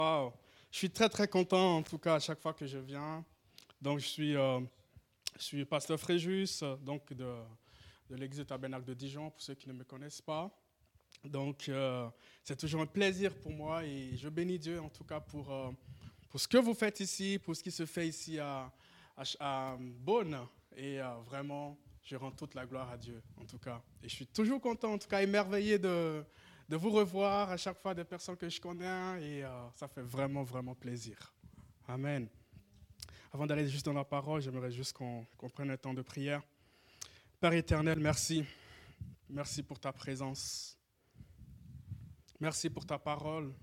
Wow. Je suis très très content en tout cas à chaque fois que je viens. Donc je suis pasteur Fréjus, donc de l'église tabernacle de Dijon pour ceux qui ne me connaissent pas. Donc c'est toujours un plaisir pour moi et je bénis Dieu en tout cas pour ce que vous faites ici, pour ce qui se fait ici à Beaune et vraiment je rends toute la gloire à Dieu en tout cas. Et je suis toujours content en tout cas émerveillé de vous revoir à chaque fois des personnes que je connais et ça fait vraiment, vraiment plaisir. Amen. Avant d'aller juste dans la parole, j'aimerais juste qu'on prenne un temps de prière. Père éternel, merci. Merci pour ta présence. Merci pour ta parole.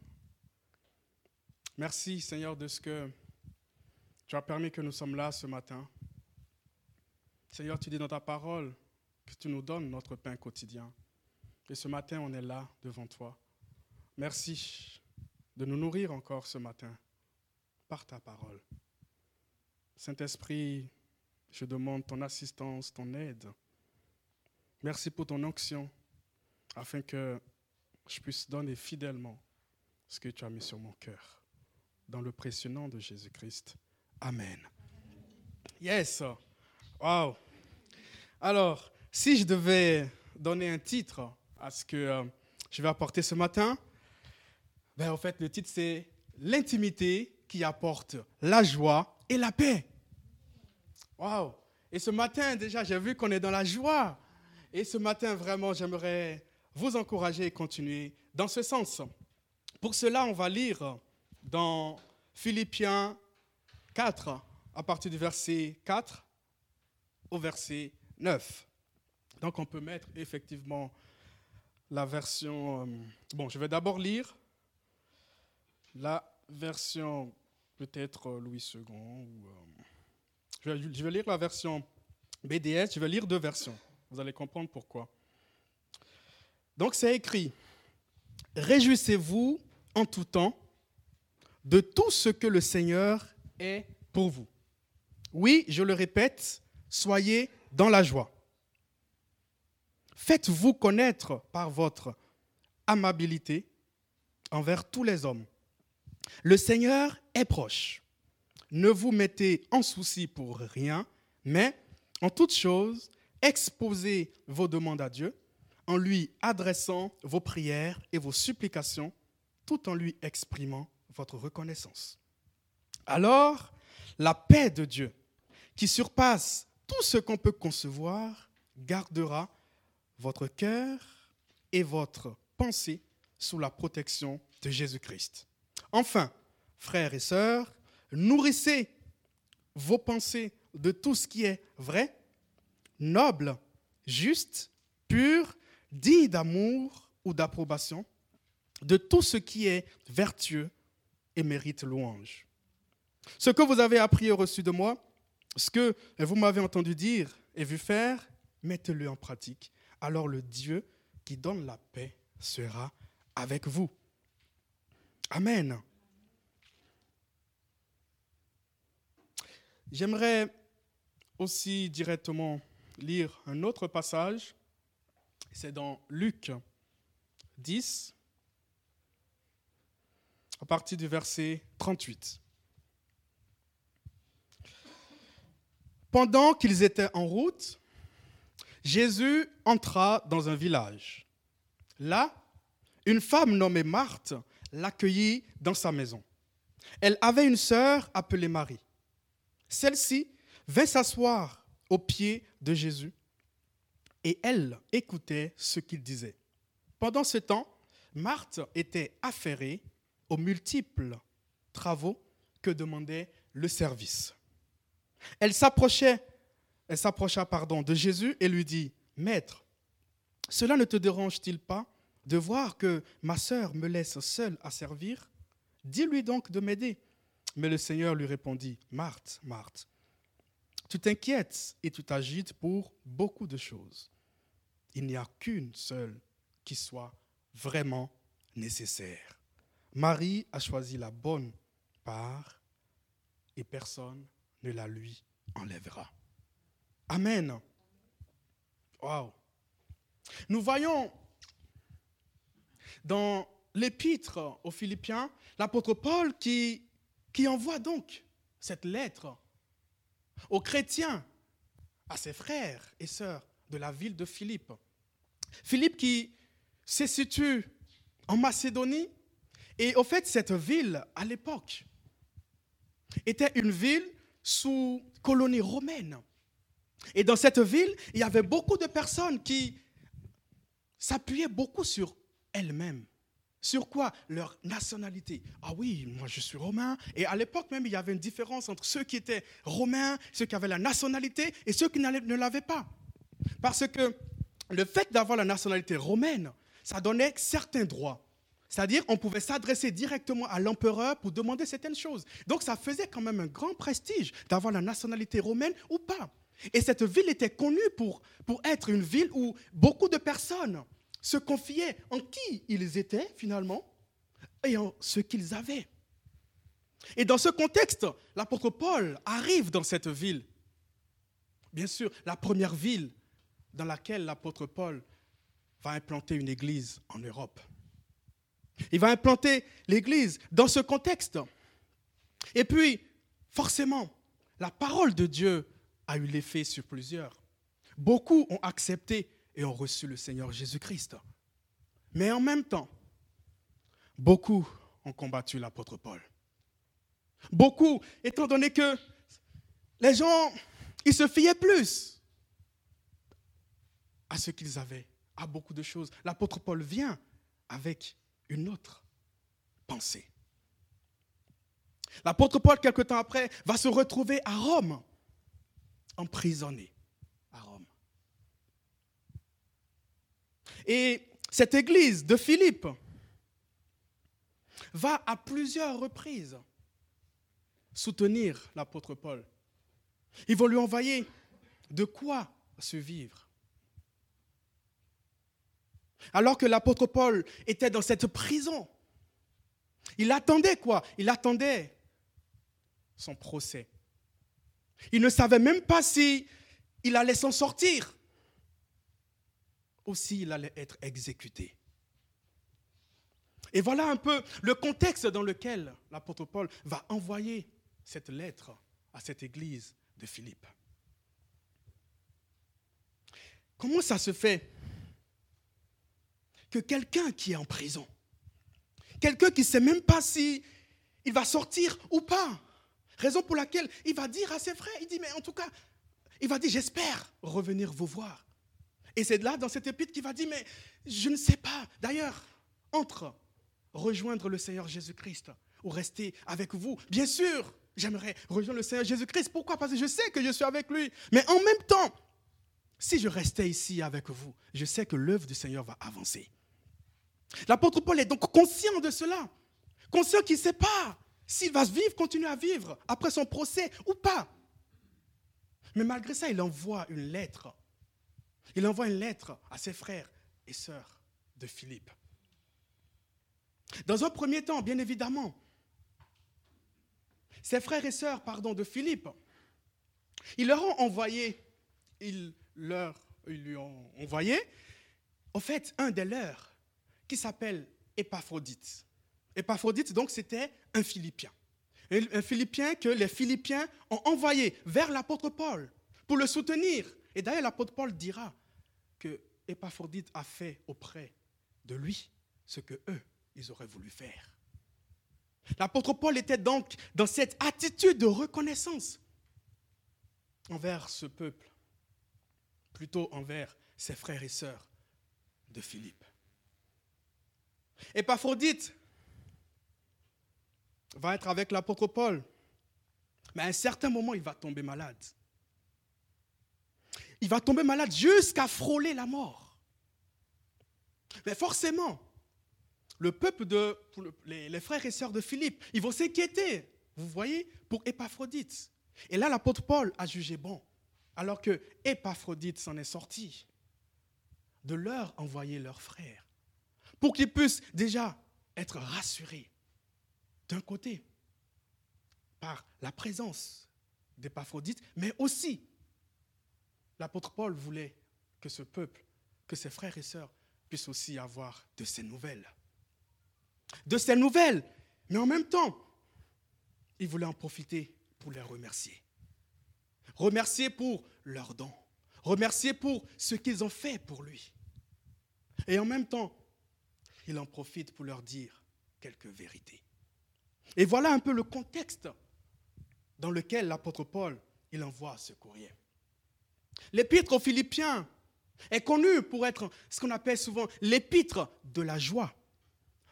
Merci Seigneur de ce que tu as permis que nous sommes là ce matin. Seigneur, tu dis dans ta parole que tu nous donnes notre pain quotidien. Et ce matin, on est là devant toi. Merci de nous nourrir encore ce matin par ta parole. Saint-Esprit, je demande ton assistance, ton aide. Merci pour ton onction, afin que je puisse donner fidèlement ce que tu as mis sur mon cœur. Dans le précieux nom de Jésus-Christ. Amen. Yes. Wow. Alors, si je devais donner un titre à ce que je vais apporter ce matin, en fait, le titre, c'est « L'intimité qui apporte la joie et la paix ». Wow. Et ce matin, déjà, j'ai vu qu'on est dans la joie. Et ce matin, vraiment, j'aimerais vous encourager et continuer dans ce sens. Pour cela, on va lire dans Philippiens 4, à partir du verset 4 au verset 9. Donc, on peut mettre effectivement la version... je vais d'abord lire la version peut-être Louis II. Je vais lire la version BDS, je vais lire deux versions. Vous allez comprendre pourquoi. Donc, c'est écrit « Réjouissez-vous en tout temps de tout ce que le Seigneur est pour vous. Oui, je le répète, soyez dans la joie. Faites-vous connaître par votre amabilité envers tous les hommes. Le Seigneur est proche. Ne vous mettez en souci pour rien, mais en toute chose, exposez vos demandes à Dieu en lui adressant vos prières et vos supplications, tout en lui exprimant votre reconnaissance. Alors, la paix de Dieu, qui surpasse tout ce qu'on peut concevoir, gardera votre cœur et votre pensée sous la protection de Jésus-Christ. Enfin, frères et sœurs, nourrissez vos pensées de tout ce qui est vrai, noble, juste, pur, digne d'amour ou d'approbation, de tout ce qui est vertueux et mérite louange. Ce que vous avez appris et reçu de moi, ce que vous m'avez entendu dire et vu faire, mettez-le en pratique. Alors le Dieu qui donne la paix sera avec vous. Amen. J'aimerais aussi directement lire un autre passage. C'est dans Luc 10, à partir du verset 38. Pendant qu'ils étaient en route, Jésus entra dans un village. Là, une femme nommée Marthe l'accueillit dans sa maison. Elle avait une sœur appelée Marie. Celle-ci vint s'asseoir aux pieds de Jésus et elle écoutait ce qu'il disait. Pendant ce temps, Marthe était affairée aux multiples travaux que demandait le service. Elle s'approcha de Jésus et lui dit « Maître, cela ne te dérange-t-il pas de voir que ma sœur me laisse seule à servir? Dis-lui donc de m'aider. » Mais le Seigneur lui répondit « Marthe, Marthe, tu t'inquiètes et tu t'agites pour beaucoup de choses. Il n'y a qu'une seule qui soit vraiment nécessaire. Marie a choisi la bonne part et personne ne la lui enlèvera. » Amen. Wow. Nous voyons dans l'épître aux Philippiens, l'apôtre Paul qui envoie donc cette lettre aux chrétiens, à ses frères et sœurs de la ville de Philippe. Philippe qui se situe en Macédonie, et au fait, cette ville, à l'époque, était une ville sous colonie romaine. Et dans cette ville, il y avait beaucoup de personnes qui s'appuyaient beaucoup sur elles-mêmes. Sur quoi? Leur nationalité. Ah oui, moi je suis romain. Et à l'époque même, il y avait une différence entre ceux qui étaient romains, ceux qui avaient la nationalité, et ceux qui ne l'avaient pas. Parce que le fait d'avoir la nationalité romaine, ça donnait certains droits. C'est-à-dire, on pouvait s'adresser directement à l'empereur pour demander certaines choses. Donc, ça faisait quand même un grand prestige d'avoir la nationalité romaine ou pas. Et cette ville était connue pour être une ville où beaucoup de personnes se confiaient en qui ils étaient finalement et en ce qu'ils avaient. Et dans ce contexte, l'apôtre Paul arrive dans cette ville. Bien sûr, la première ville dans laquelle l'apôtre Paul va implanter une église en Europe. Il va implanter l'église dans ce contexte. Et puis, forcément, la parole de Dieu a eu l'effet sur plusieurs. Beaucoup ont accepté et ont reçu le Seigneur Jésus-Christ. Mais en même temps, beaucoup ont combattu l'apôtre Paul. Beaucoup, étant donné que les gens, ils se fiaient plus à ce qu'ils avaient, à beaucoup de choses. L'apôtre Paul vient avec une autre pensée. L'apôtre Paul, quelque temps après, va se retrouver à Rome, emprisonné à Rome. Et cette église de Philippe va à plusieurs reprises soutenir l'apôtre Paul. Ils vont lui envoyer de quoi se vivre. Alors que l'apôtre Paul était dans cette prison, il attendait quoi? Il attendait son procès. Il ne savait même pas si il allait s'en sortir ou s'il allait être exécuté. Et voilà un peu le contexte dans lequel l'apôtre Paul va envoyer cette lettre à cette église de Philippe. Comment ça se fait que quelqu'un qui est en prison, quelqu'un qui ne sait même pas si il va sortir ou pas, raison pour laquelle il va dire à ses frères, il dit, mais en tout cas, il va dire, j'espère revenir vous voir. Et c'est là, dans cette épître, qu'il va dire, mais je ne sais pas. D'ailleurs, entre rejoindre le Seigneur Jésus-Christ ou rester avec vous, bien sûr, j'aimerais rejoindre le Seigneur Jésus-Christ. Pourquoi? Parce que je sais que je suis avec lui. Mais en même temps, si je restais ici avec vous, je sais que l'œuvre du Seigneur va avancer. L'apôtre Paul est donc conscient de cela, conscient qu'il ne sait pas s'il va vivre, continuer à vivre après son procès ou pas. Mais malgré ça, il envoie une lettre. Il envoie une lettre à ses frères et sœurs de Philippe. Dans un premier temps, bien évidemment, ses frères et sœurs de Philippe, ils leur ont envoyé, ils lui ont envoyé, en fait, un des leurs, qui s'appelle Épaphrodite. Épaphrodite, donc, c'était un Philippien. Un Philippien que les Philippiens ont envoyé vers l'apôtre Paul pour le soutenir. Et d'ailleurs, l'apôtre Paul dira que Épaphrodite a fait auprès de lui ce que eux, ils auraient voulu faire. L'apôtre Paul était donc dans cette attitude de reconnaissance envers ce peuple, plutôt envers ses frères et sœurs de Philippe. Épaphrodite va être avec l'apôtre Paul, mais à un certain moment, il va tomber malade. Il va tomber malade jusqu'à frôler la mort. Mais forcément, le peuple les frères et sœurs de Philippe, ils vont s'inquiéter, vous voyez, pour Épaphrodite. Et là, l'apôtre Paul a jugé bon, alors que Épaphrodite s'en est sorti, de leur envoyer leurs frères, pour qu'ils puissent déjà être rassurés, d'un côté, par la présence d'Épaphrodite, mais aussi, l'apôtre Paul voulait que ce peuple, que ses frères et sœurs puissent aussi avoir de ses nouvelles. de ces nouvelles. Mais en même temps, il voulait en profiter pour les remercier. Remercier pour leurs dons. Remercier pour ce qu'ils ont fait pour lui. Et en même temps, il en profite pour leur dire quelques vérités. Et voilà un peu le contexte dans lequel l'apôtre Paul, il envoie ce courrier. L'épître aux Philippiens est connue pour être ce qu'on appelle souvent l'épître de la joie. Pourquoi ?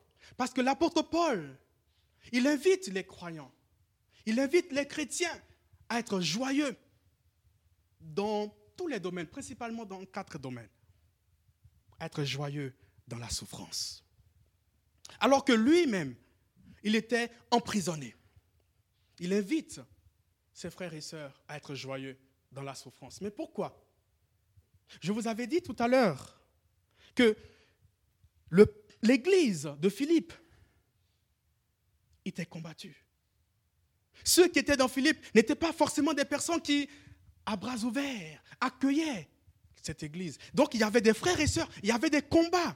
Parce que l'apôtre Paul, il invite les croyants, il invite les chrétiens à être joyeux dans tous les domaines, principalement dans 4 domaines. Être joyeux dans la souffrance. Alors que lui-même, il était emprisonné. Il invite ses frères et sœurs à être joyeux dans la souffrance. Mais pourquoi ? Je vous avais dit tout à l'heure que l'église de Philippe était combattue. Ceux qui étaient dans Philippe n'étaient pas forcément des personnes qui, à bras ouverts, accueillaient cette église. Donc il y avait des frères et sœurs, il y avait des combats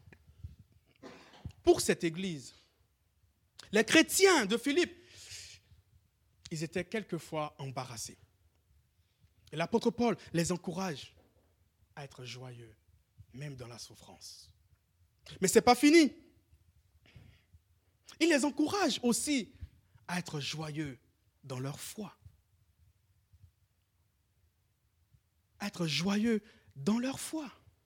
pour cette église. Les chrétiens de Philippe, ils étaient quelquefois embarrassés. Et l'apôtre Paul les encourage à être joyeux, même dans la souffrance. Mais ce n'est pas fini. Il les encourage aussi à être joyeux dans leur foi. À être joyeux dans leur foi.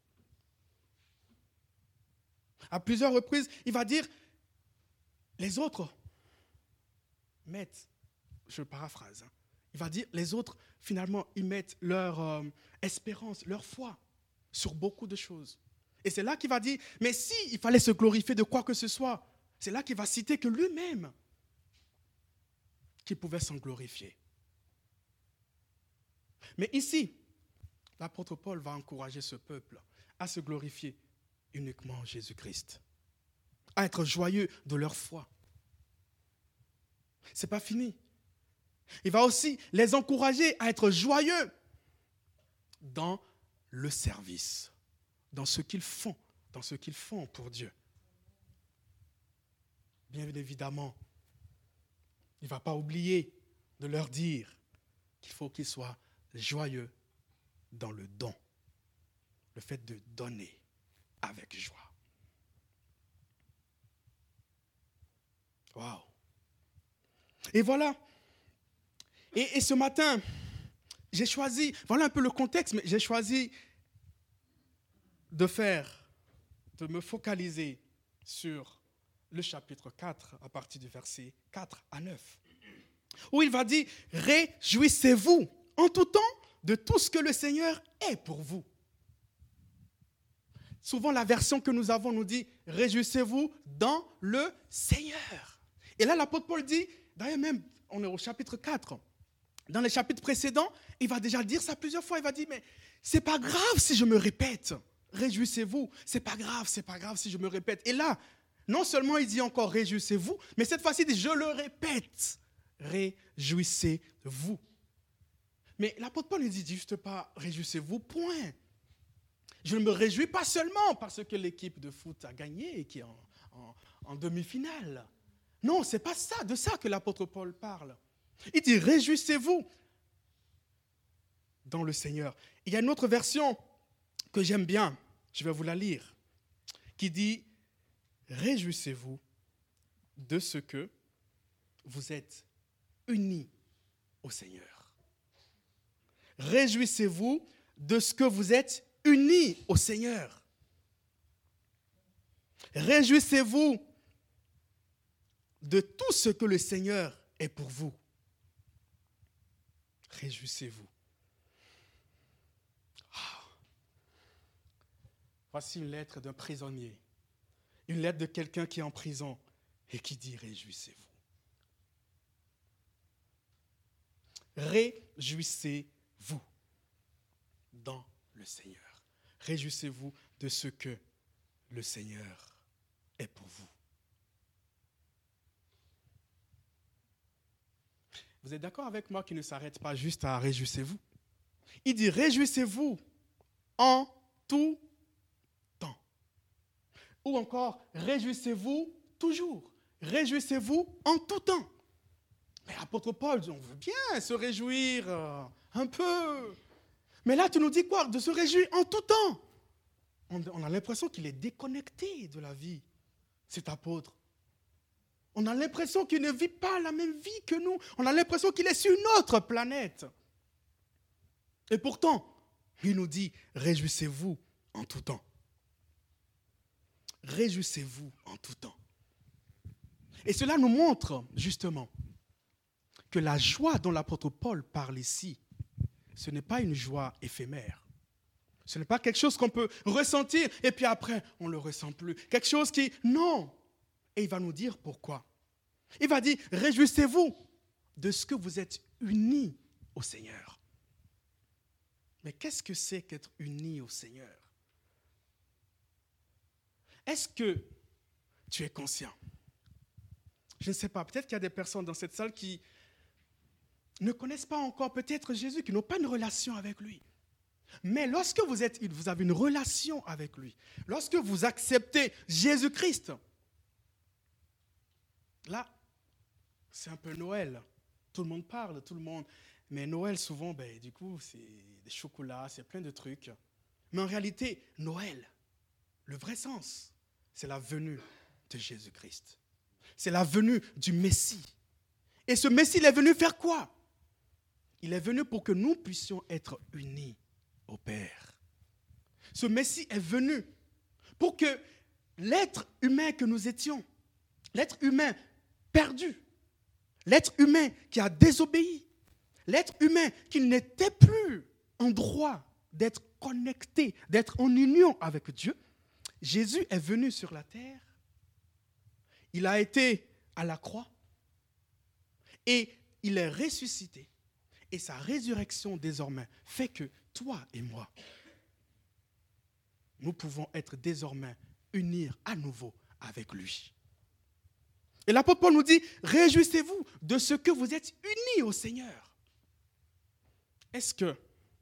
À plusieurs reprises, il va dire, les autres mettent, je paraphrase, il va dire, les autres, finalement, ils mettent leur espérance, leur foi sur beaucoup de choses. Et c'est là qu'il va dire, mais si il fallait se glorifier de quoi que ce soit, c'est là qu'il va citer que lui-même, qu'il pouvait s'en glorifier. Mais ici, l'apôtre Paul va encourager ce peuple à se glorifier uniquement en Jésus-Christ, à être joyeux de leur foi. Ce n'est pas fini. Il va aussi les encourager à être joyeux dans le service, dans ce qu'ils font pour Dieu. Bien évidemment, il ne va pas oublier de leur dire qu'il faut qu'ils soient joyeux dans le don, le fait de donner avec joie. Waouh! Et voilà. Et ce matin, j'ai choisi, voilà un peu le contexte, mais j'ai choisi de me focaliser sur le chapitre 4, à partir du verset 4 à 9, où il va dire, réjouissez-vous en tout temps de tout ce que le Seigneur est pour vous. Souvent, la version que nous avons nous dit, réjouissez-vous dans le Seigneur. Et là, l'apôtre Paul dit, d'ailleurs même, on est au chapitre 4, dans les chapitres précédents, il va déjà dire ça plusieurs fois, il va dire, mais c'est pas grave si je me répète, réjouissez-vous, c'est pas grave si je me répète. Et là, non seulement il dit encore réjouissez-vous, mais cette fois-ci il dit je le répète, réjouissez-vous. Mais l'apôtre Paul ne dit juste pas réjouissez-vous, point. Je ne me réjouis pas seulement parce que l'équipe de foot a gagné et qui est en demi-finale. Non, ce n'est pas ça, de ça que l'apôtre Paul parle. Il dit réjouissez-vous dans le Seigneur. Il y a une autre version que j'aime bien, je vais vous la lire, qui dit réjouissez-vous de ce que vous êtes unis au Seigneur. Réjouissez-vous de ce que vous êtes unis au Seigneur. Réjouissez-vous de tout ce que le Seigneur est pour vous. Réjouissez-vous. Voici une lettre d'un prisonnier, une lettre de quelqu'un qui est en prison et qui dit réjouissez-vous. Réjouissez-vous dans le Seigneur. Réjouissez-vous de ce que le Seigneur est pour vous. Vous êtes d'accord avec moi qu'il ne s'arrête pas juste à réjouissez-vous? Il dit réjouissez-vous en tout temps. Ou encore, réjouissez-vous toujours. Réjouissez-vous en tout temps. Mais apôtre Paul, on veut bien se réjouir un peu. Mais là, tu nous dis quoi? De se réjouir en tout temps. On a l'impression qu'il est déconnecté de la vie, cet apôtre. On a l'impression qu'il ne vit pas la même vie que nous. On a l'impression qu'il est sur une autre planète. Et pourtant, il nous dit, réjouissez-vous en tout temps. Réjouissez-vous en tout temps. Et cela nous montre justement que la joie dont l'apôtre Paul parle ici, ce n'est pas une joie éphémère. Ce n'est pas quelque chose qu'on peut ressentir et puis après, on ne le ressent plus. Quelque chose qui, non. Et il va nous dire pourquoi. Il va dire, réjouissez-vous de ce que vous êtes unis au Seigneur. Mais qu'est-ce que c'est qu'être unis au Seigneur? Est-ce que tu es conscient? Je ne sais pas, peut-être qu'il y a des personnes dans cette salle qui ne connaissent pas encore peut-être Jésus, qui n'ont pas une relation avec lui. Mais lorsque vous avez une relation avec lui, lorsque vous acceptez Jésus-Christ, là, c'est un peu Noël. Tout le monde parle, tout le monde. Mais Noël, souvent, du coup, c'est des chocolats, c'est plein de trucs. Mais en réalité, Noël, le vrai sens, c'est la venue de Jésus-Christ. C'est la venue du Messie. Et ce Messie, il est venu faire quoi? Il est venu pour que nous puissions être unis au Père. Ce Messie est venu pour que l'être humain que nous étions, l'être humain perdu, l'être humain qui a désobéi, l'être humain qui n'était plus en droit d'être connecté, d'être en union avec Dieu, Jésus est venu sur la terre, il a été à la croix et il est ressuscité. Et sa résurrection désormais fait que toi et moi, nous pouvons être désormais unis à nouveau avec lui. Et l'apôtre Paul nous dit, réjouissez-vous de ce que vous êtes unis au Seigneur. Est-ce que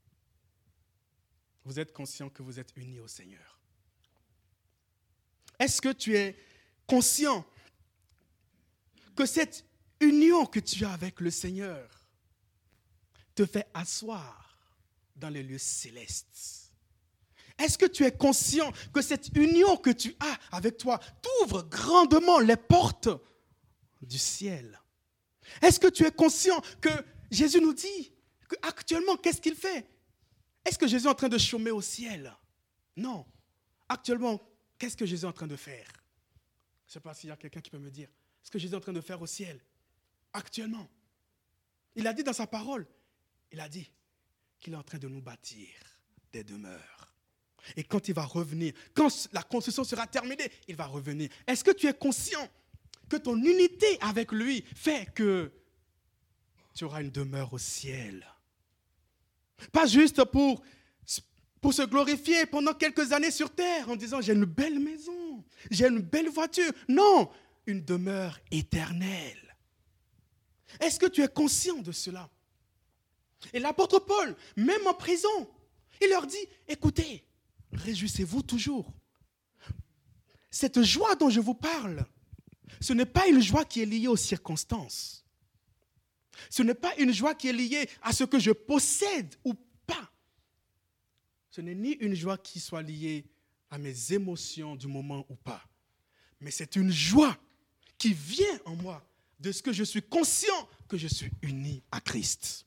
vous êtes conscient que vous êtes unis au Seigneur? Est-ce que tu es conscient que cette union que tu as avec le Seigneur te fait asseoir dans les lieux célestes? Est-ce que tu es conscient que cette union que tu as avec toi t'ouvre grandement les portes du ciel? Est-ce que tu es conscient que Jésus nous dit qu'actuellement, qu'est-ce qu'il fait? Est-ce que Jésus est en train de chômer au ciel? Non. Actuellement, qu'est-ce que Jésus est en train de faire? Je ne sais pas s'il y a quelqu'un qui peut me dire. Ce que Jésus est en train de faire au ciel, actuellement. Il a dit dans sa parole, il a dit qu'il est en train de nous bâtir des demeures. Et quand il va revenir, quand la construction sera terminée, il va revenir. Est-ce que tu es conscient que ton unité avec lui fait que tu auras une demeure au ciel? Pas juste pour se glorifier pendant quelques années sur terre en disant j'ai une belle maison, j'ai une belle voiture. Non, une demeure éternelle. Est-ce que tu es conscient de cela? Et l'apôtre Paul, même en prison, il leur dit, écoutez, réjouissez-vous toujours. Cette joie dont je vous parle, ce n'est pas une joie qui est liée aux circonstances. Ce n'est pas une joie qui est liée à ce que je possède ou pas. Ce n'est ni une joie qui soit liée à mes émotions du moment ou pas. Mais c'est une joie qui vient en moi de ce que je suis conscient que je suis uni à Christ.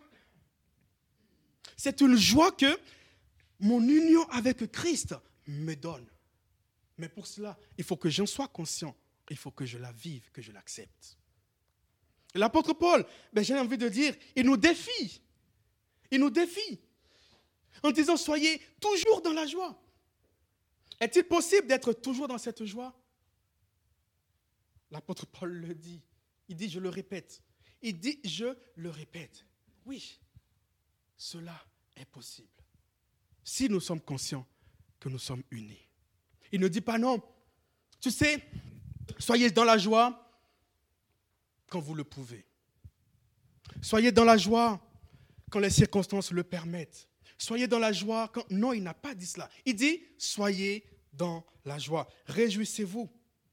C'est une joie que mon union avec Christ me donne. Mais pour cela, il faut que j'en sois conscient. Il faut que je la vive, que je l'accepte. L'apôtre Paul, j'ai envie de dire, il nous défie. Il nous défie. En disant, soyez toujours dans la joie. Est-il possible d'être toujours dans cette joie? L'apôtre Paul le dit. Il dit, je le répète. Il dit, je le répète. Oui, cela est possible. Si nous sommes conscients que nous sommes unis. Il ne dit pas non. Tu sais, soyez dans la joie quand vous le pouvez. Soyez dans la joie quand les circonstances le permettent. Soyez dans la joie quand... Non, il n'a pas dit cela. Il dit, soyez dans la joie. Réjouissez-vous.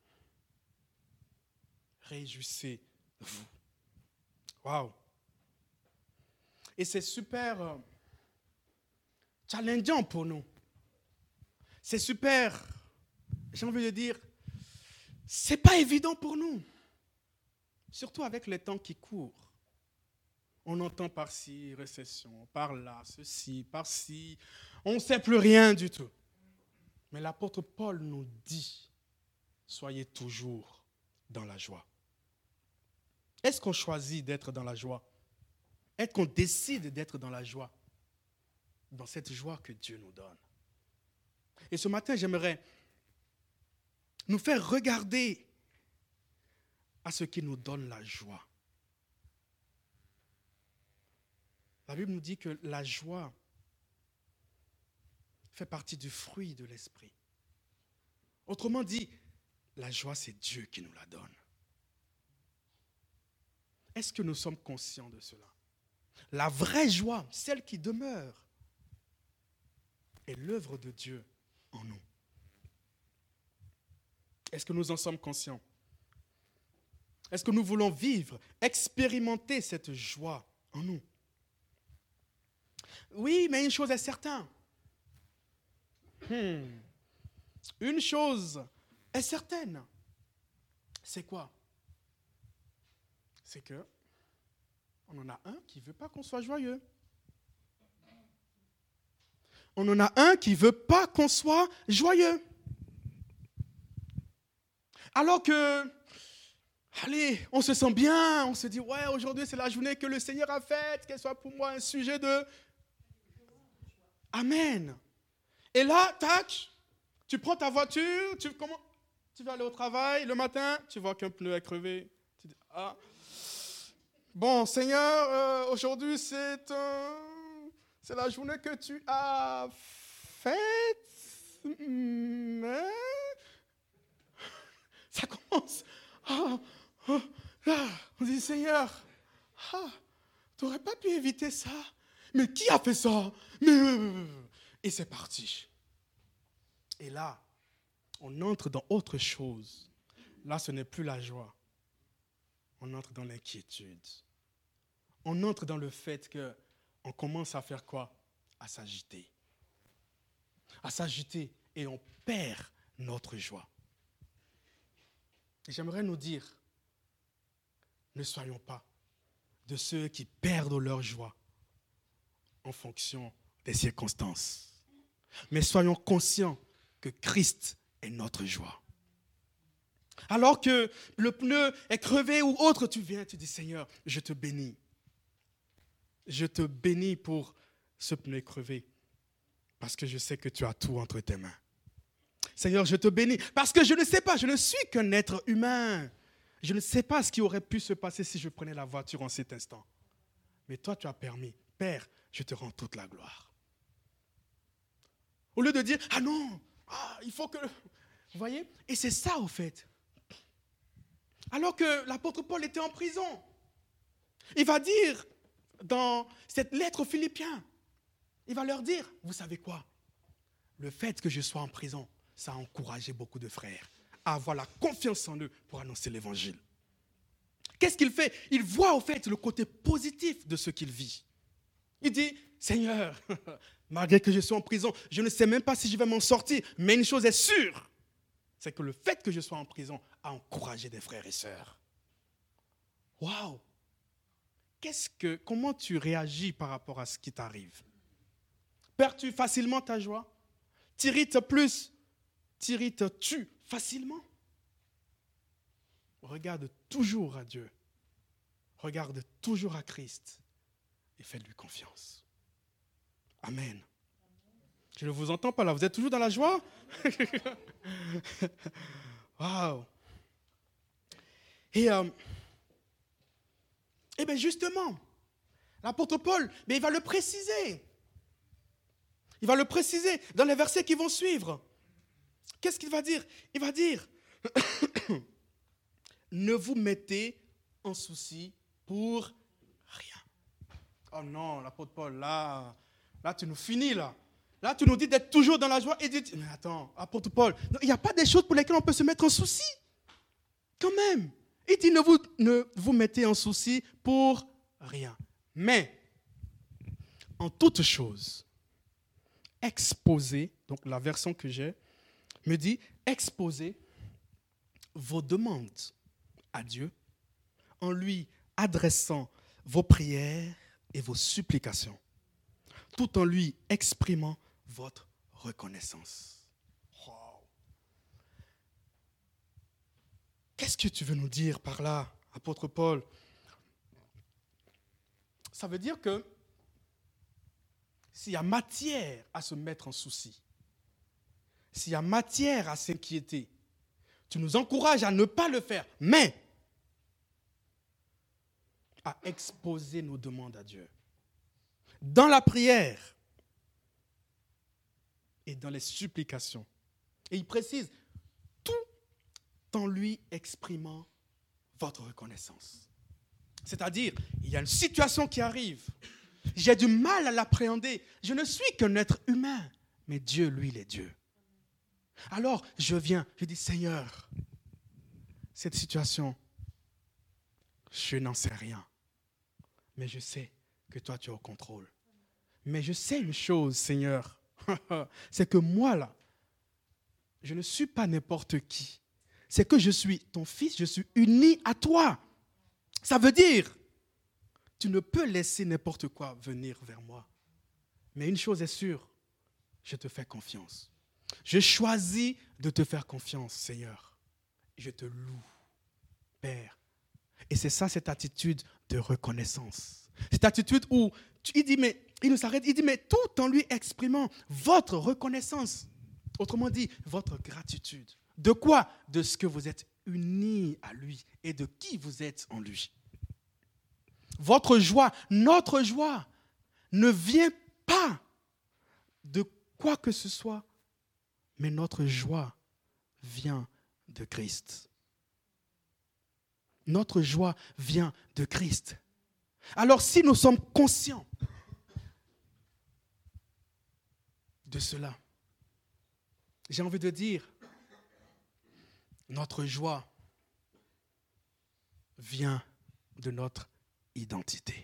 Réjouissez-vous. Waouh! Et c'est super challengeant pour nous. C'est super, j'ai envie de dire, c'est pas évident pour nous. Surtout avec les temps qui courent. On entend par-ci, récession, par-là, ceci, par-ci. On ne sait plus rien du tout. Mais l'apôtre Paul nous dit, soyez toujours dans la joie. Est-ce qu'on choisit d'être dans la joie? Est-ce qu'on décide d'être dans la joie? Dans cette joie que Dieu nous donne. Et ce matin, j'aimerais nous faire regarder à ce qui nous donne la joie. La Bible nous dit que la joie fait partie du fruit de l'esprit. Autrement dit, la joie, c'est Dieu qui nous la donne. Est-ce que nous sommes conscients de cela? La vraie joie, celle qui demeure, est l'œuvre de Dieu en nous. Est-ce que nous en sommes conscients? Est-ce que nous voulons vivre, expérimenter cette joie en nous? Oui, mais une chose est certaine. Une chose est certaine. C'est quoi? C'est que on en a un qui ne veut pas qu'on soit joyeux. On en a un qui ne veut pas qu'on soit joyeux. Alors que, allez, on se sent bien, on se dit, ouais, aujourd'hui c'est la journée que le Seigneur a faite, qu'elle soit pour moi un sujet de Amen. Et là, tac, tu prends ta voiture, tu vas aller au travail, le matin, tu vois qu'un pneu est crevé. Tu dis, ah, bon, Seigneur, aujourd'hui c'est la journée que tu as faite, mais ça commence. On dit, Seigneur, tu n'aurais pas pu éviter ça. Mais qui a fait ça? Et c'est parti. Et là, on entre dans autre chose. Là, ce n'est plus la joie. On entre dans l'inquiétude. On entre dans le fait qu'on commence à faire quoi? À s'agiter. À s'agiter et on perd notre joie. Et j'aimerais nous dire, ne soyons pas de ceux qui perdent leur joie en fonction des circonstances. Mais soyons conscients que Christ est notre joie. Alors que le pneu est crevé ou autre, tu viens, tu dis, Seigneur, je te bénis. Je te bénis pour ce pneu crevé, parce que je sais que tu as tout entre tes mains. Seigneur, je te bénis, parce que je ne sais pas, je ne suis qu'un être humain. Je ne sais pas ce qui aurait pu se passer si je prenais la voiture en cet instant. Mais toi, tu as permis. Père, je te rends toute la gloire. Au lieu de dire, ah non, il faut que... Vous voyez? Et c'est ça, au fait. Alors que l'apôtre Paul était en prison, il va dire, dans cette lettre aux Philippiens, il va leur dire, vous savez quoi? Le fait que je sois en prison, ça a encouragé beaucoup de frères à avoir la confiance en eux pour annoncer l'évangile. Qu'est-ce qu'il fait? Il voit, au fait, le côté positif de ce qu'il vit. Il dit, Seigneur, malgré que je sois en prison, je ne sais même pas si je vais m'en sortir, mais une chose est sûre, c'est que le fait que je sois en prison a encouragé des frères et sœurs. Waouh! Comment tu réagis par rapport à ce qui t'arrive? Perds-tu facilement ta joie? T'irrites-tu facilement? Regarde toujours à Dieu. Regarde toujours à Christ. Et fais-lui confiance. Amen. Je ne vous entends pas là. Vous êtes toujours dans la joie? Waouh. Et bien justement, l'apôtre Paul, mais il va le préciser. Il va le préciser dans les versets qui vont suivre. Qu'est-ce qu'il va dire? Il va dire, ne vous mettez en souci pour rien. Oh non, l'apôtre Paul, là tu nous finis là. Là, tu nous dis d'être toujours dans la joie et dit, mais attends, apôtre Paul, il n'y a pas des choses pour lesquelles on peut se mettre en souci. Quand même. Il dit, ne vous mettez en souci pour rien. Mais, en toute chose, exposez, donc la version que j'ai, me dit, exposez vos demandes à Dieu en lui adressant vos prières et vos supplications, tout en lui exprimant votre reconnaissance. Wow. Qu'est-ce que tu veux nous dire par là, apôtre Paul? Ça veut dire que s'il y a matière à se mettre en souci, s'il y a matière à s'inquiéter, tu nous encourages à ne pas le faire, mais à exposer nos demandes à Dieu. Dans la prière et dans les supplications. Et il précise, tout en lui exprimant votre reconnaissance. C'est-à-dire, il y a une situation qui arrive. J'ai du mal à l'appréhender. Je ne suis qu'un être humain, mais Dieu, lui, il est Dieu. Alors, je viens, je dis, Seigneur, cette situation, je n'en sais rien. Mais je sais que toi, tu es au contrôle. Mais je sais une chose, Seigneur, c'est que moi, là, je ne suis pas n'importe qui. C'est que je suis ton fils, je suis uni à toi. Ça veut dire, tu ne peux laisser n'importe quoi venir vers moi. Mais une chose est sûre, je te fais confiance. Je choisis de te faire confiance, Seigneur. Je te loue, Père. Et c'est ça, cette attitude de reconnaissance. Cette attitude où il nous s'arrête, il dit, mais tout en lui exprimant votre reconnaissance. Autrement dit, votre gratitude. De quoi? De ce que vous êtes unis à lui et de qui vous êtes en lui. Votre joie, notre joie, ne vient pas de quoi que ce soit, mais notre joie vient de Christ. Notre joie vient de Christ. Alors si nous sommes conscients de cela, j'ai envie de dire, notre joie vient de notre identité.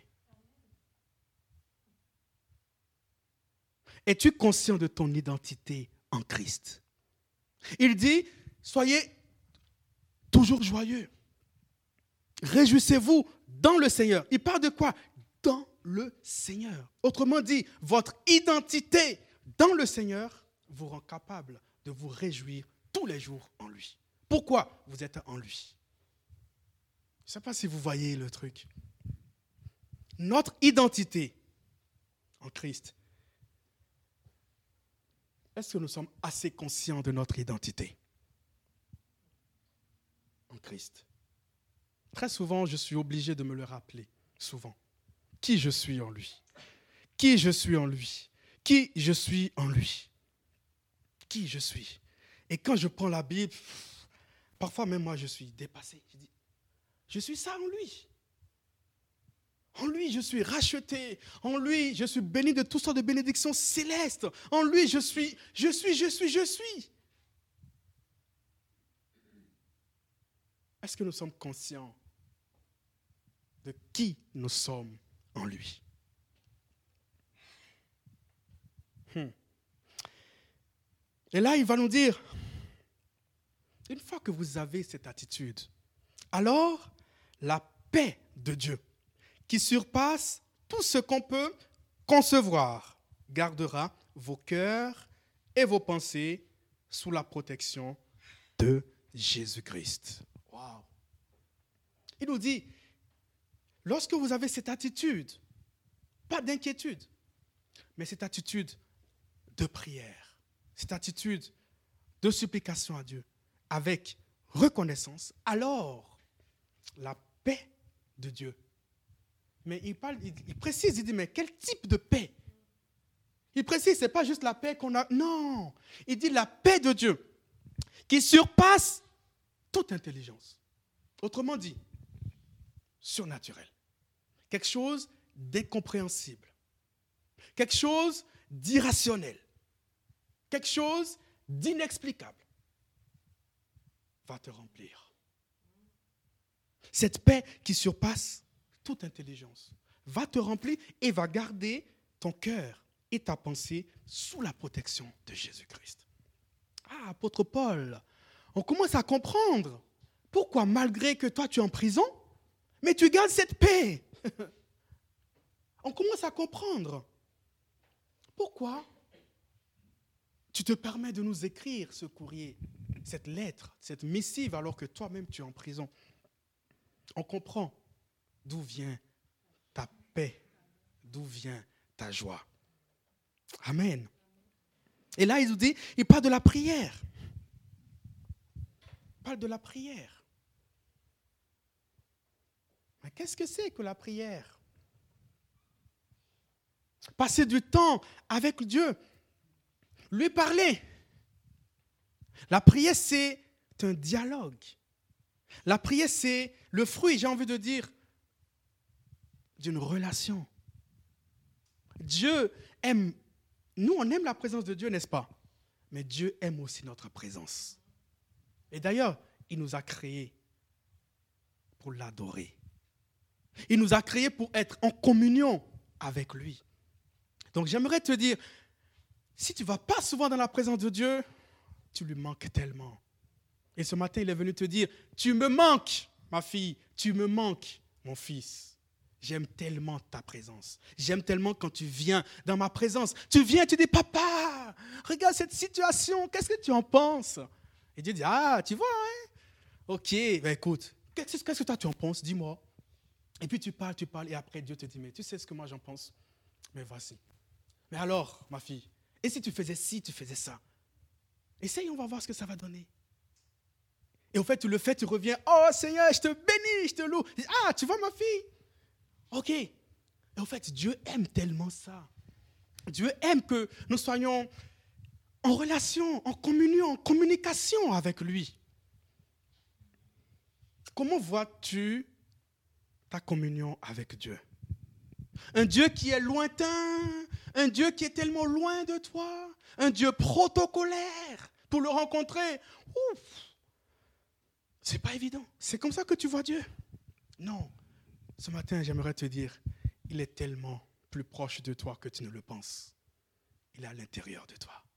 Es-tu conscient de ton identité en Christ? Il dit, soyez toujours joyeux. Réjouissez-vous dans le Seigneur. Il parle de quoi? Dans le Seigneur. Autrement dit, votre identité dans le Seigneur vous rend capable de vous réjouir tous les jours en lui. Pourquoi vous êtes en lui? Je ne sais pas si vous voyez le truc. Notre identité en Christ. Est-ce que nous sommes assez conscients de notre identité en Christ? Très souvent, je suis obligé de me le rappeler, souvent. Qui je suis en lui? Qui je suis en lui? Qui je suis en lui? Qui je suis? Et quand je prends la Bible, parfois même moi je suis dépassé. Je dis, je suis ça en lui. En lui, je suis racheté. En lui, je suis béni de toutes sortes de bénédictions célestes. En lui, je suis. Est-ce que nous sommes conscients de qui nous sommes en lui? Et là, il va nous dire, une fois que vous avez cette attitude, alors la paix de Dieu, qui surpasse tout ce qu'on peut concevoir, gardera vos cœurs et vos pensées sous la protection de Jésus-Christ. Wow. Il nous dit, lorsque vous avez cette attitude, pas d'inquiétude, mais cette attitude de prière, cette attitude de supplication à Dieu, avec reconnaissance, alors la paix de Dieu. Mais il précise, il dit, mais quel type de paix? Il précise, ce n'est pas juste la paix qu'on a. Non, il dit la paix de Dieu qui surpasse toute intelligence. Autrement dit, surnaturel. Quelque chose d'incompréhensible. Quelque chose d'irrationnel. quelque chose d'inexplicable va te remplir. Cette paix qui surpasse toute intelligence va te remplir et va garder ton cœur et ta pensée sous la protection de Jésus-Christ. Ah, apôtre Paul, on commence à comprendre pourquoi malgré que toi tu es en prison, mais tu gardes cette paix. On commence à comprendre pourquoi tu te permets de nous écrire ce courrier, cette lettre, cette missive, alors que toi-même tu es en prison. On comprend d'où vient ta paix, d'où vient ta joie. Amen. Et là, il nous dit, il parle de la prière. Il parle de la prière. Mais qu'est-ce que c'est que la prière? Passer du temps avec Dieu, lui parler. La prière, c'est un dialogue. La prière, c'est le fruit, j'ai envie de dire, d'une relation. Dieu aime, nous on aime la présence de Dieu, n'est-ce pas? Mais Dieu aime aussi notre présence. Et d'ailleurs, il nous a créés pour l'adorer. Il nous a créés pour être en communion avec lui. Donc j'aimerais te dire, si tu ne vas pas souvent dans la présence de Dieu, tu lui manques tellement. Et ce matin, il est venu te dire, tu me manques, ma fille, tu me manques, mon fils. J'aime tellement ta présence. J'aime tellement quand tu viens dans ma présence. Tu viens, tu dis, papa, regarde cette situation, qu'est-ce que tu en penses? Et Dieu dit, ah, tu vois, hein? Ok, ben écoute, qu'est-ce que toi tu en penses? Dis-moi. Et puis tu parles, et après Dieu te dit, mais tu sais ce que moi j'en pense? Mais voici. Mais alors, ma fille, et si tu faisais ci, tu faisais ça? Essaye, on va voir ce que ça va donner. Et au fait, tu le fais, tu reviens, oh Seigneur, je te bénis, je te loue. Ah, tu vois ma fille? Ok. Et au fait, Dieu aime tellement ça. Dieu aime que nous soyons en relation, en communion, en communication avec lui. Comment vois-tu ta communion avec Dieu? Un Dieu qui est lointain, un Dieu qui est tellement loin de toi, un Dieu protocolaire pour le rencontrer. Ouf, c'est pas évident. C'est comme ça que tu vois Dieu? Non. Ce matin, j'aimerais te dire, il est tellement plus proche de toi que tu ne le penses. Il est à l'intérieur de toi.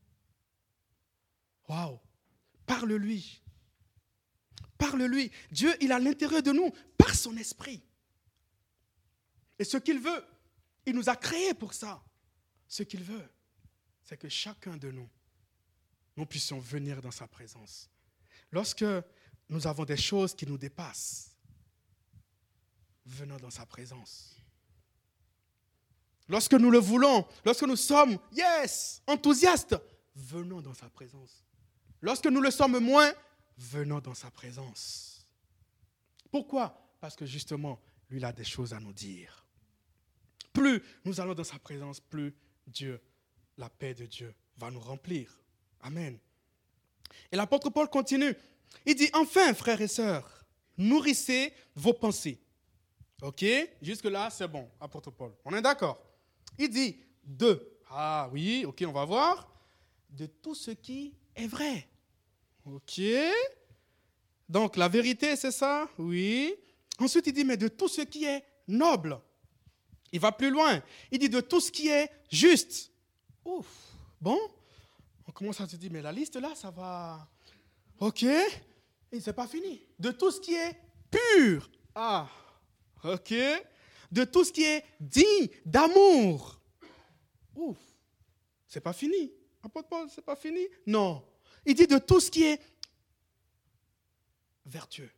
Waouh! Parle-lui. Parle-lui. Dieu, il est à l'intérieur de nous par son esprit. Et ce qu'il veut, il nous a créés pour ça. Ce qu'il veut, c'est que chacun de nous, nous puissions venir dans sa présence. Lorsque nous avons des choses qui nous dépassent, venons dans sa présence. Lorsque nous le voulons, lorsque nous sommes, enthousiastes, venons dans sa présence. Lorsque nous le sommes moins, venons dans sa présence. Pourquoi? Parce que justement, lui, il a des choses à nous dire. Plus nous allons dans sa présence, plus Dieu, la paix de Dieu, va nous remplir. Amen. Et l'apôtre Paul continue. Il dit, enfin, frères et sœurs, nourrissez vos pensées. Ok? Jusque-là, c'est bon, apôtre Paul. On est d'accord? Il dit, ah oui, ok, on va voir. De tout ce qui est vrai. Ok? Donc, la vérité, c'est ça? Oui. Ensuite, il dit, mais de tout ce qui est noble. Il va plus loin. Il dit de tout ce qui est juste. Ouf. Bon, on commence à se dire, mais la liste là, ça va. Ok. Et c'est pas fini. De tout ce qui est pur. Ah. Ok. De tout ce qui est digne d'amour. Ouf. C'est pas fini. Apôtre Paul, c'est pas fini? Non. Il dit de tout ce qui est vertueux.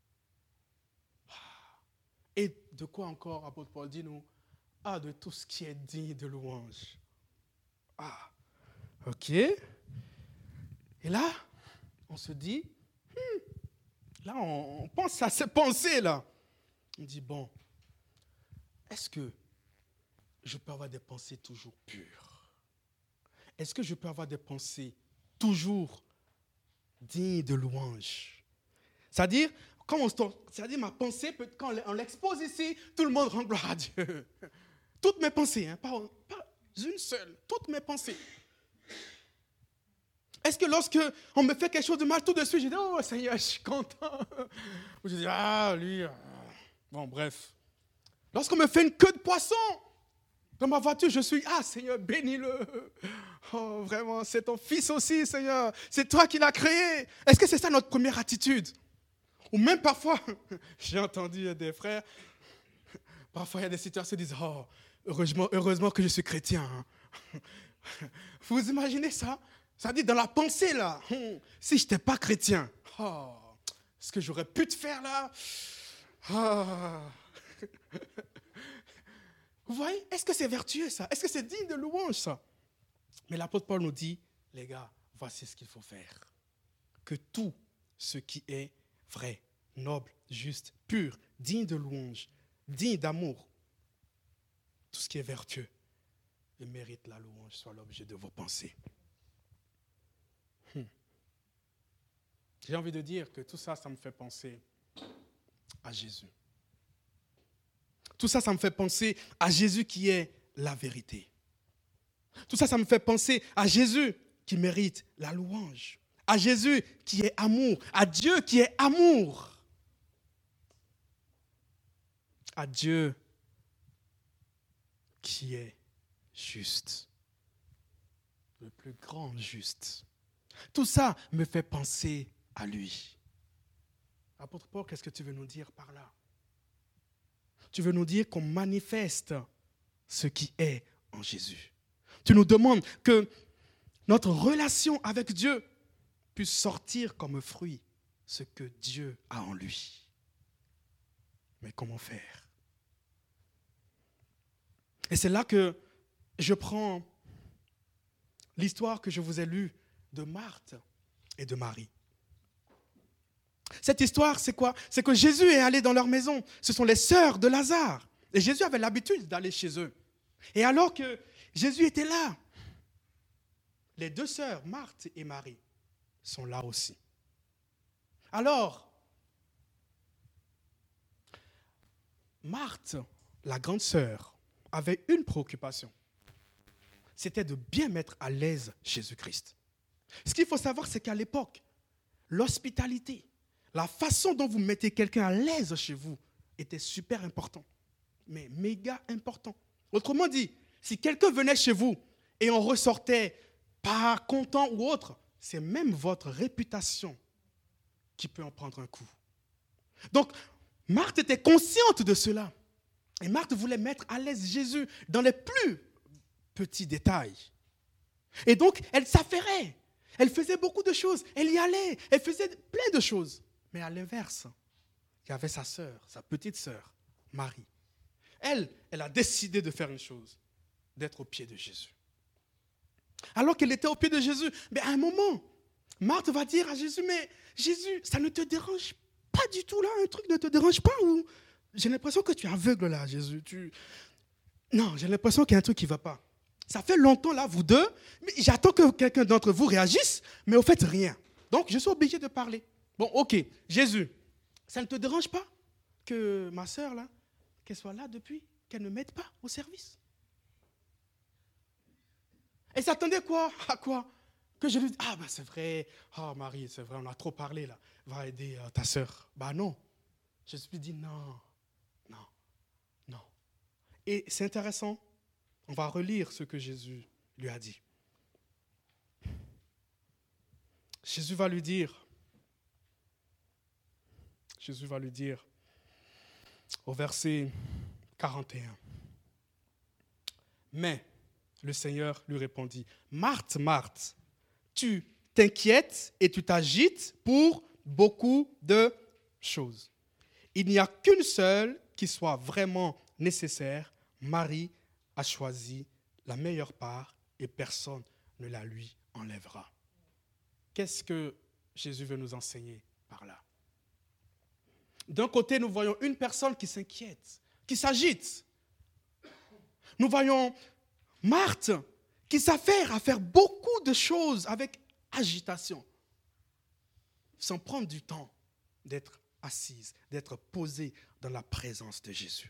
Et de quoi encore, apôtre Paul, dis-nous? Ah, de tout ce qui est digne de louange. Ah, ok. Et là, on se dit, là, on pense à ces pensées-là. On dit, bon, est-ce que je peux avoir des pensées toujours pures? Est-ce que je peux avoir des pensées toujours dignes de louange? C'est-à-dire, ma pensée, quand on l'expose ici, tout le monde rend gloire à Dieu. Toutes mes pensées, pas une seule, toutes mes pensées. Est-ce que lorsque on me fait quelque chose de mal, tout de suite, je dis, oh Seigneur, je suis content. Ou je dis, ah, lui, bon, bref. Lorsqu'on me fait une queue de poisson dans ma voiture, je suis, ah Seigneur, bénis-le. Oh, vraiment, c'est ton fils aussi, Seigneur. C'est toi qui l'as créé. Est-ce que c'est ça notre première attitude? Ou même parfois, j'ai entendu des frères, parfois il y a des situations où ils disent, oh, heureusement que je suis chrétien. Hein. Vous imaginez ça? Ça dit dans la pensée là, si je n'étais pas chrétien, oh, ce que j'aurais pu te faire là. Oh. Vous voyez, est-ce que c'est vertueux ça? Est-ce que c'est digne de louange ça? Mais l'apôtre Paul nous dit, les gars, voici ce qu'il faut faire. Que tout ce qui est vrai, noble, juste, pur, digne de louange, digne d'amour, tout ce qui est vertueux et mérite la louange soit l'objet de vos pensées. J'ai envie de dire que tout ça, ça me fait penser à Jésus. Tout ça, ça me fait penser à Jésus qui est la vérité. Tout ça, ça me fait penser à Jésus qui mérite la louange. À Jésus qui est amour. À Dieu qui est amour. À Dieu qui est juste. Le plus grand juste. Tout ça me fait penser à lui. Apôtre Paul, qu'est-ce que tu veux nous dire par là? Tu veux nous dire qu'on manifeste ce qui est en Jésus. Tu nous demandes que notre relation avec Dieu puisse sortir comme fruit ce que Dieu a en lui. Mais comment faire? Et c'est là que je prends l'histoire que je vous ai lue de Marthe et de Marie. Cette histoire, c'est quoi? C'est que Jésus est allé dans leur maison. Ce sont les sœurs de Lazare. Et Jésus avait l'habitude d'aller chez eux. Et alors que Jésus était là, les deux sœurs, Marthe et Marie, sont là aussi. Alors, Marthe, la grande sœur, avait une préoccupation. C'était de bien mettre à l'aise Jésus-Christ. Ce qu'il faut savoir, c'est qu'à l'époque, l'hospitalité, la façon dont vous mettez quelqu'un à l'aise chez vous était super important, mais méga important. Autrement dit, si quelqu'un venait chez vous et on ressortait pas content ou autre, c'est même votre réputation qui peut en prendre un coup. Donc, Marthe était consciente de cela. Et Marthe voulait mettre à l'aise Jésus dans les plus petits détails. Et donc, elle s'affairait. Elle faisait beaucoup de choses. Elle y allait. Elle faisait plein de choses. Mais à l'inverse, il y avait sa sœur, sa petite sœur, Marie. Elle a décidé de faire une chose, d'être au pied de Jésus. Alors qu'elle était au pied de Jésus, mais à un moment, Marthe va dire à Jésus, mais Jésus, ça ne te dérange pas du tout là, un truc ne te dérange pas ou j'ai l'impression que tu es aveugle là, Jésus. Non, j'ai l'impression qu'il y a un truc qui ne va pas. Ça fait longtemps là, vous deux, mais j'attends que quelqu'un d'entre vous réagisse, mais au fait, rien. Donc, je suis obligé de parler. Bon, ok, Jésus, ça ne te dérange pas que ma sœur là, qu'elle soit là depuis, qu'elle ne m'aide pas au service? Elle s'attendait quoi? À quoi? Que je lui dise, ah ben c'est vrai, oh Marie, c'est vrai, on a trop parlé là, va aider ta sœur. Ben non. Je lui dis non. Et c'est intéressant, on va relire ce que Jésus lui a dit. Jésus va lui dire au verset 41. Mais le Seigneur lui répondit, Marthe, Marthe, tu t'inquiètes et tu t'agites pour beaucoup de choses. Il n'y a qu'une seule qui soit vraiment nécessaire. Marie a choisi la meilleure part et personne ne la lui enlèvera. Qu'est-ce que Jésus veut nous enseigner par là? D'un côté, nous voyons une personne qui s'inquiète, qui s'agite. Nous voyons Marthe qui s'affaire à faire beaucoup de choses avec agitation, sans prendre du temps d'être assise, d'être posée dans la présence de Jésus.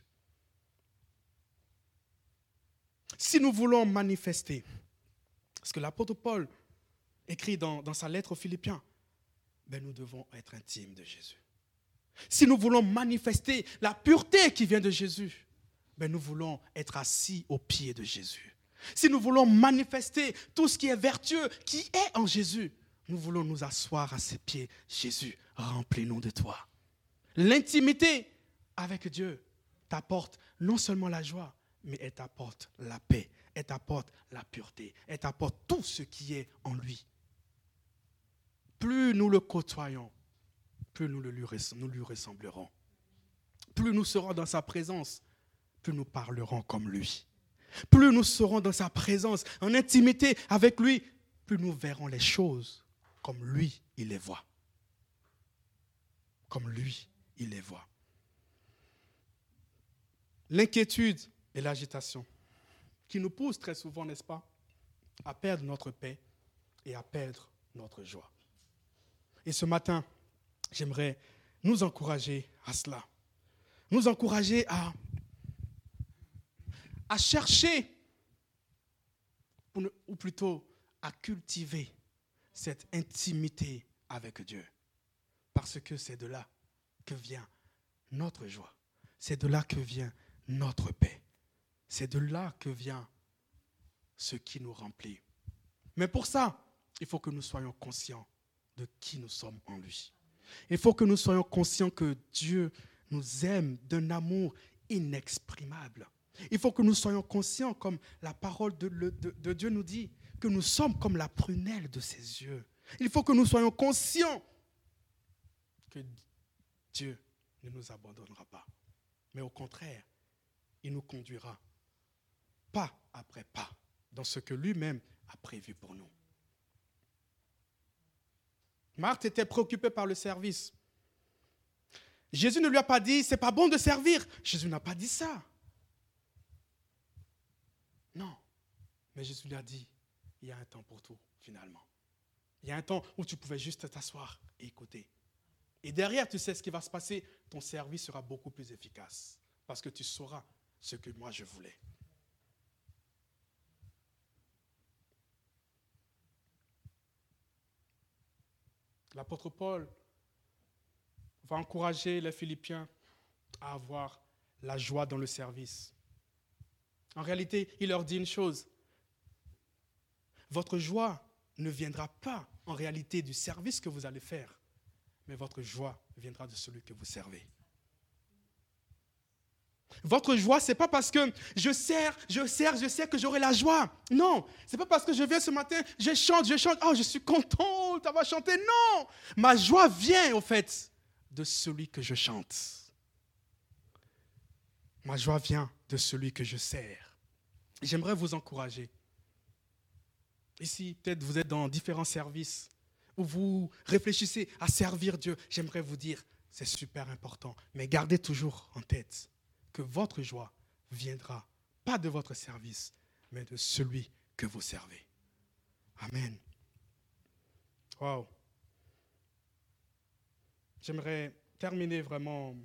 Si nous voulons manifester ce que l'apôtre Paul écrit dans sa lettre aux Philippiens, nous devons être intimes de Jésus. Si nous voulons manifester la pureté qui vient de Jésus, nous voulons être assis aux pieds de Jésus. Si nous voulons manifester tout ce qui est vertueux, qui est en Jésus, nous voulons nous asseoir à ses pieds. Jésus, remplis-nous de toi. L'intimité avec Dieu t'apporte non seulement la joie, mais elle t'apporte la paix, elle t'apporte la pureté, elle t'apporte tout ce qui est en lui. Plus nous le côtoyons, plus nous lui ressemblerons. Plus nous serons dans sa présence, plus nous parlerons comme lui. Plus nous serons dans sa présence, en intimité avec lui, plus nous verrons les choses comme lui, il les voit. Comme lui, il les voit. L'inquiétude et l'agitation qui nous poussent très souvent, n'est-ce pas, à perdre notre paix et à perdre notre joie. Et ce matin, j'aimerais nous encourager à cela. Nous encourager à chercher, ou plutôt à cultiver cette intimité avec Dieu. Parce que c'est de là que vient notre joie. C'est de là que vient notre paix. C'est de là que vient ce qui nous remplit. Mais pour ça, il faut que nous soyons conscients de qui nous sommes en lui. Il faut que nous soyons conscients que Dieu nous aime d'un amour inexprimable. Il faut que nous soyons conscients, comme la parole de Dieu nous dit, que nous sommes comme la prunelle de ses yeux. Il faut que nous soyons conscients que Dieu ne nous abandonnera pas. Mais au contraire, il nous conduira pas après pas dans ce que lui-même a prévu pour nous. Marthe était préoccupée par le service. Jésus ne lui a pas dit, c'est pas bon de servir. Jésus n'a pas dit ça. Non. Mais Jésus lui a dit, il y a un temps pour tout, finalement. Il y a un temps où tu pouvais juste t'asseoir et écouter. Et derrière, tu sais ce qui va se passer. Ton service sera beaucoup plus efficace. Parce que tu sauras ce que moi je voulais. L'apôtre Paul va encourager les Philippiens à avoir la joie dans le service. En réalité, il leur dit une chose. Votre joie ne viendra pas en réalité du service que vous allez faire, mais votre joie viendra de celui que vous servez. Votre joie, ce n'est pas parce que je sais que j'aurai la joie. Non, ce n'est pas parce que je viens ce matin, je chante, oh, je suis content, tu vas chanter. Non, ma joie vient au fait de celui que je chante. Ma joie vient de celui que je sers. J'aimerais vous encourager. Ici, peut-être vous êtes dans différents services où vous réfléchissez à servir Dieu. J'aimerais vous dire, c'est super important, mais gardez toujours en tête que votre joie viendra, pas de votre service, mais de celui que vous servez. Amen. Wow. J'aimerais terminer vraiment